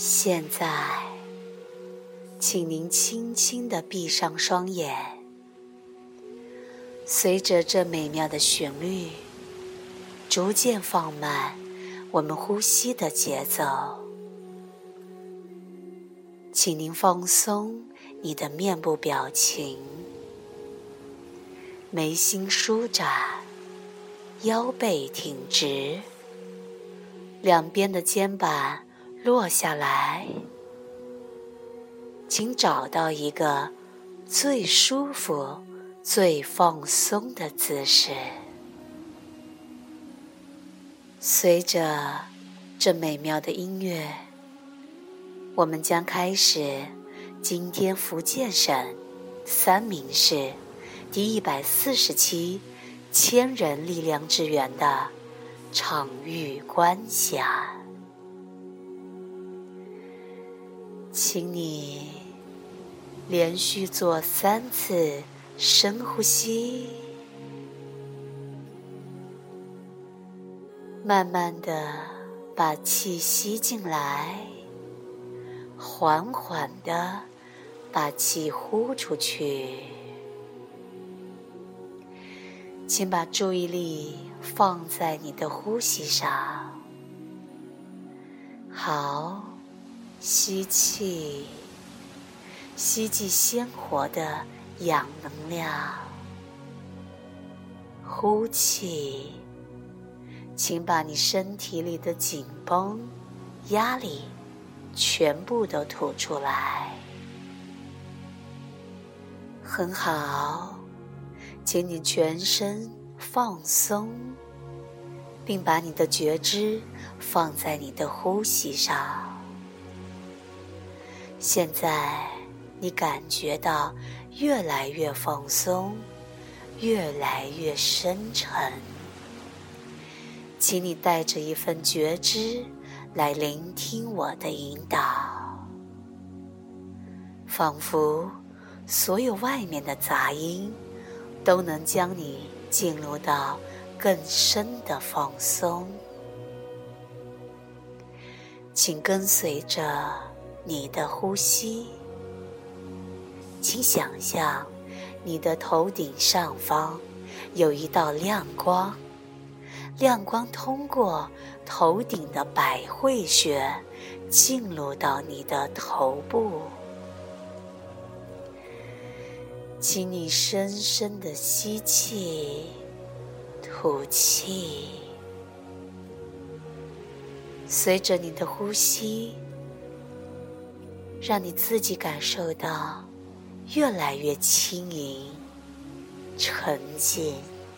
现在，请您轻轻地闭上双眼，随着这美妙的旋律，逐渐放慢我们呼吸的节奏。请您放松你的面部表情，眉心舒展，腰背挺直，两边的肩膀落下来。请找到一个最舒服、最放松的姿势。随着这美妙的音乐，我们将开始今天福建省三明市第140期千人力量之源的场域观想。请你连续做3次深呼吸，慢慢地把气吸进来，缓缓地把气呼出去。请把注意力放在你的呼吸上。好，吸气，吸进鲜活的氧能量。呼气，请把你身体里的紧绷、压力全部都吐出来。很好，请你全身放松，并把你的觉知放在你的呼吸上。现在你感觉到越来越放松，越来越深沉。请你带着一份觉知来聆听我的引导，仿佛所有外面的杂音都能将你进入到更深的放松。请跟随着你的呼吸，请想象你的头顶上方有一道亮光，亮光通过头顶的百会穴进入到你的头部。请你深深地吸气，吐气。随着你的呼吸，让你自己感受到越来越轻盈、沉静。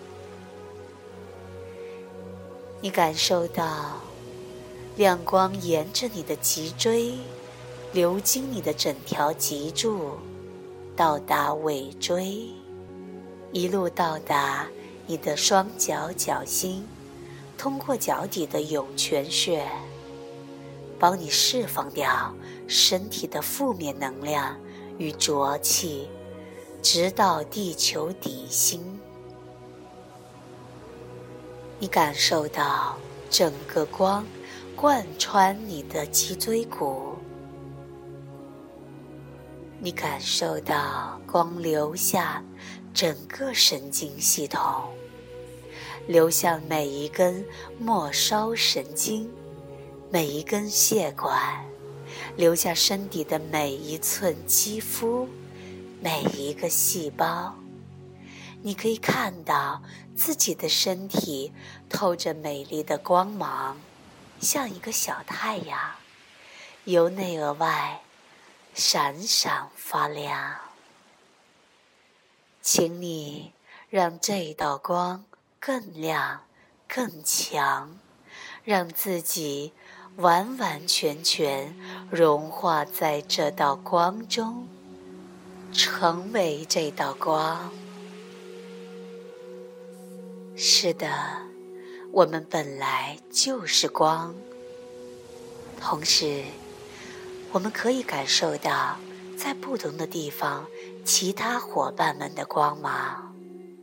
你感受到亮光沿着你的脊椎流经你的整条脊柱，到达尾椎，一路到达你的双脚脚心，通过脚底的涌泉穴，帮你释放掉身体的负面能量与浊气，直到地球底心。你感受到整个光贯穿你的脊椎骨，你感受到光流向整个神经系统，流向每一根末梢神经，每一根血管，流向身体的每一寸肌肤，每一个细胞。你可以看到自己的身体透着美丽的光芒，像一个小太阳，由内而外闪闪发亮。请你让这道光更亮、更强，让自己完完全全融化在这道光中，成为这道光。是的，我们本来就是光。同时，我们可以感受到在不同的地方其他伙伴们的光芒。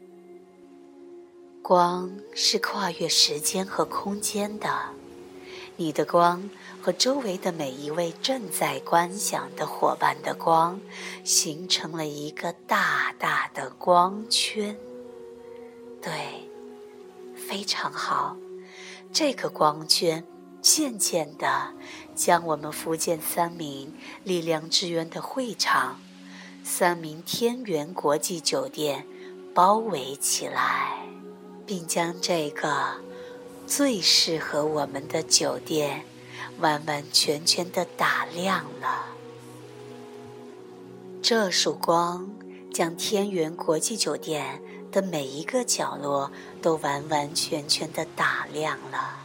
光是跨越时间和空间的， 你的光和周围的每一位正在观想的伙伴的光形成了一个大大的光圈。对，非常好。这个光圈渐渐地将我们福建三明力量之源的会场三明天元国际酒店包围起来，并将这个最适合我们的酒店完完全全地打亮了。这束光将天元国际酒店的每一个角落都完完全全地打亮了。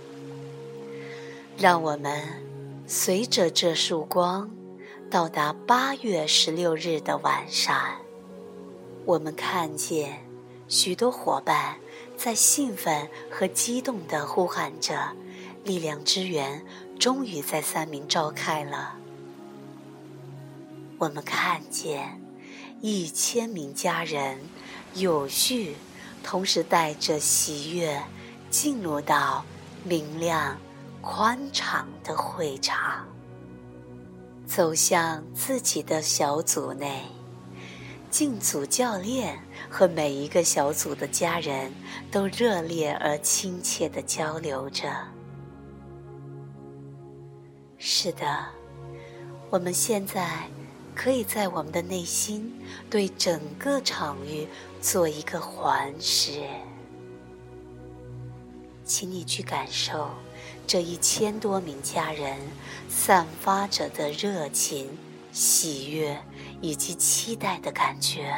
让我们随着这束光到达8月16日的晚上，我们看见许多伙伴在兴奋和激动地呼喊着，力量之源终于在三明召开了。我们看见1000名家人有序同时带着喜悦进入到明亮宽敞的会场，走向自己的小组内。进组教练和每一个小组的家人都热烈而亲切地交流着。是的，我们现在可以在我们的内心对整个场域做一个环视。请你去感受这1000多名家人散发着的热情、喜悦以及期待的感觉。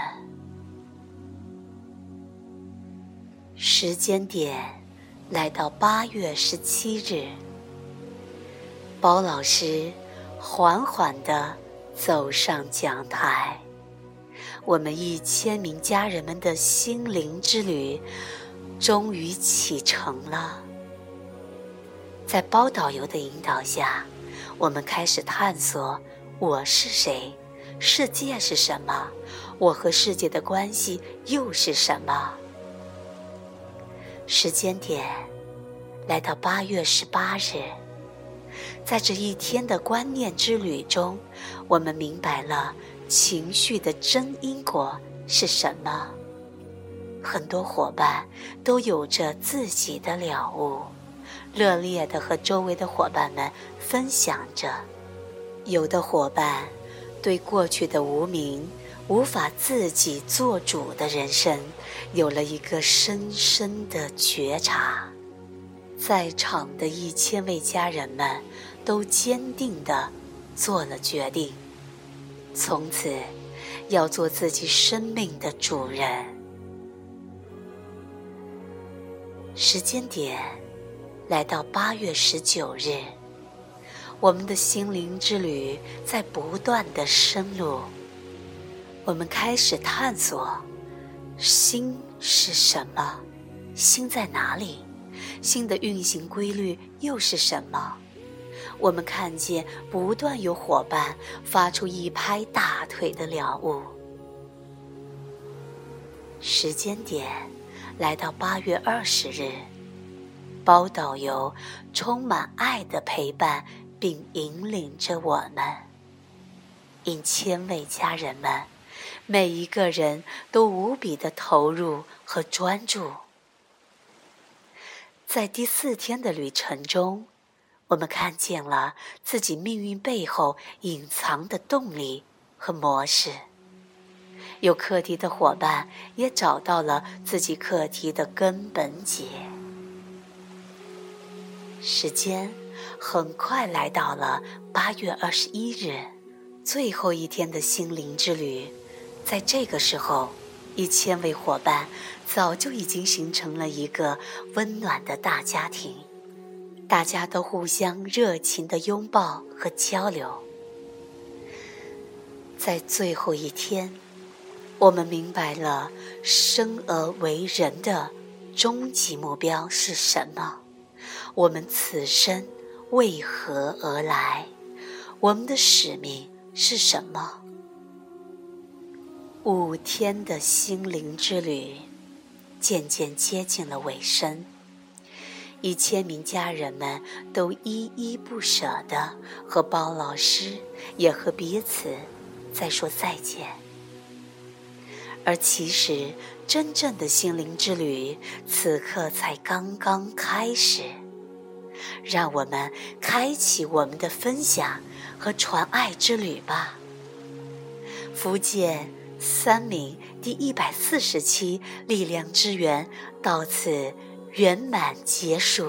时间点来到8月17日，包老师缓缓地走上讲台，我们1000名家人们的心灵之旅终于启程了。在包导游的引导下，我们开始探索我是谁，世界是什么，我和世界的关系又是什么。时间点来到8月18日，在这一天的观念之旅中，我们明白了情绪的真因果是什么。很多伙伴都有着自己的了悟，热烈地和周围的伙伴们分享着。有的伙伴对过去的无明、无法自己做主的人生有了一个深深的觉察。在场的1000位家人们都坚定地做了决定，从此要做自己生命的主人。时间点来到8月19日，我们的心灵之旅在不断地深入。我们开始探索心是什么，心在哪里，心的运行规律又是什么。我们看见不断有伙伴发出一拍大腿的了悟。时间点来到8月20日，包导游充满爱的陪伴并引领着我们。1000位家人们，每一个人都无比的投入和专注。在第4天的旅程中，我们看见了自己命运背后隐藏的动力和模式。有课题的伙伴也找到了自己课题的根本解。时间很快来到了8月21日，最后一天的心灵之旅。在这个时候，1000位伙伴早就已经形成了一个温暖的大家庭，大家都互相热情的拥抱和交流。在最后一天，我们明白了生而为人的终极目标是什么，我们此生为何而来，我们的使命是什么。5天的心灵之旅渐渐接近了尾声， 1000名家人们都依依不舍地和包老师也和彼此在说再见。而其实真正的心灵之旅此刻才刚刚开始，让我们开启我们的分享和传爱之旅吧。福建3明第140期力量之源到此圆满结束。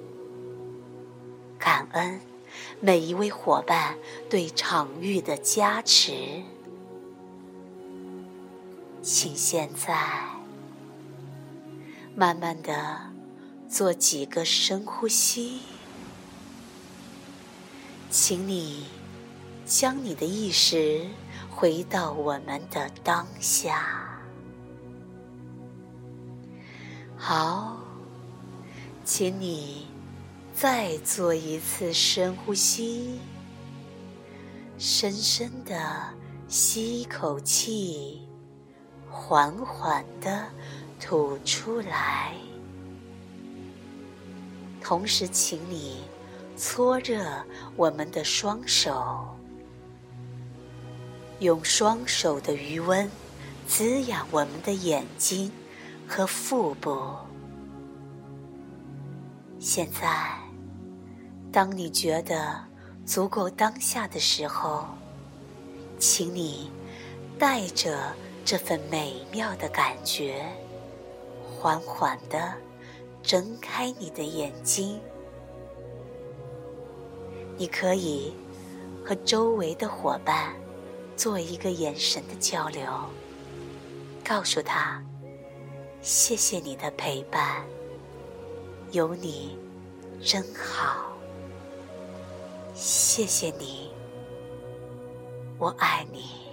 感恩每一位伙伴对场域的加持。请现在慢慢地做几个深呼吸，请你将你的意识回到我们的当下。好，请你再做一次深呼吸，深深地吸一口气，缓缓地吐出来。同时请你搓热我们的双手，用双手的余温滋养我们的眼睛和腹部。现在当你觉得足够当下的时候，请你带着这份美妙的感觉，缓缓地睁开你的眼睛。你可以和周围的伙伴做一个眼神的交流，告诉他谢谢你的陪伴，有你真好，谢谢你，我爱你。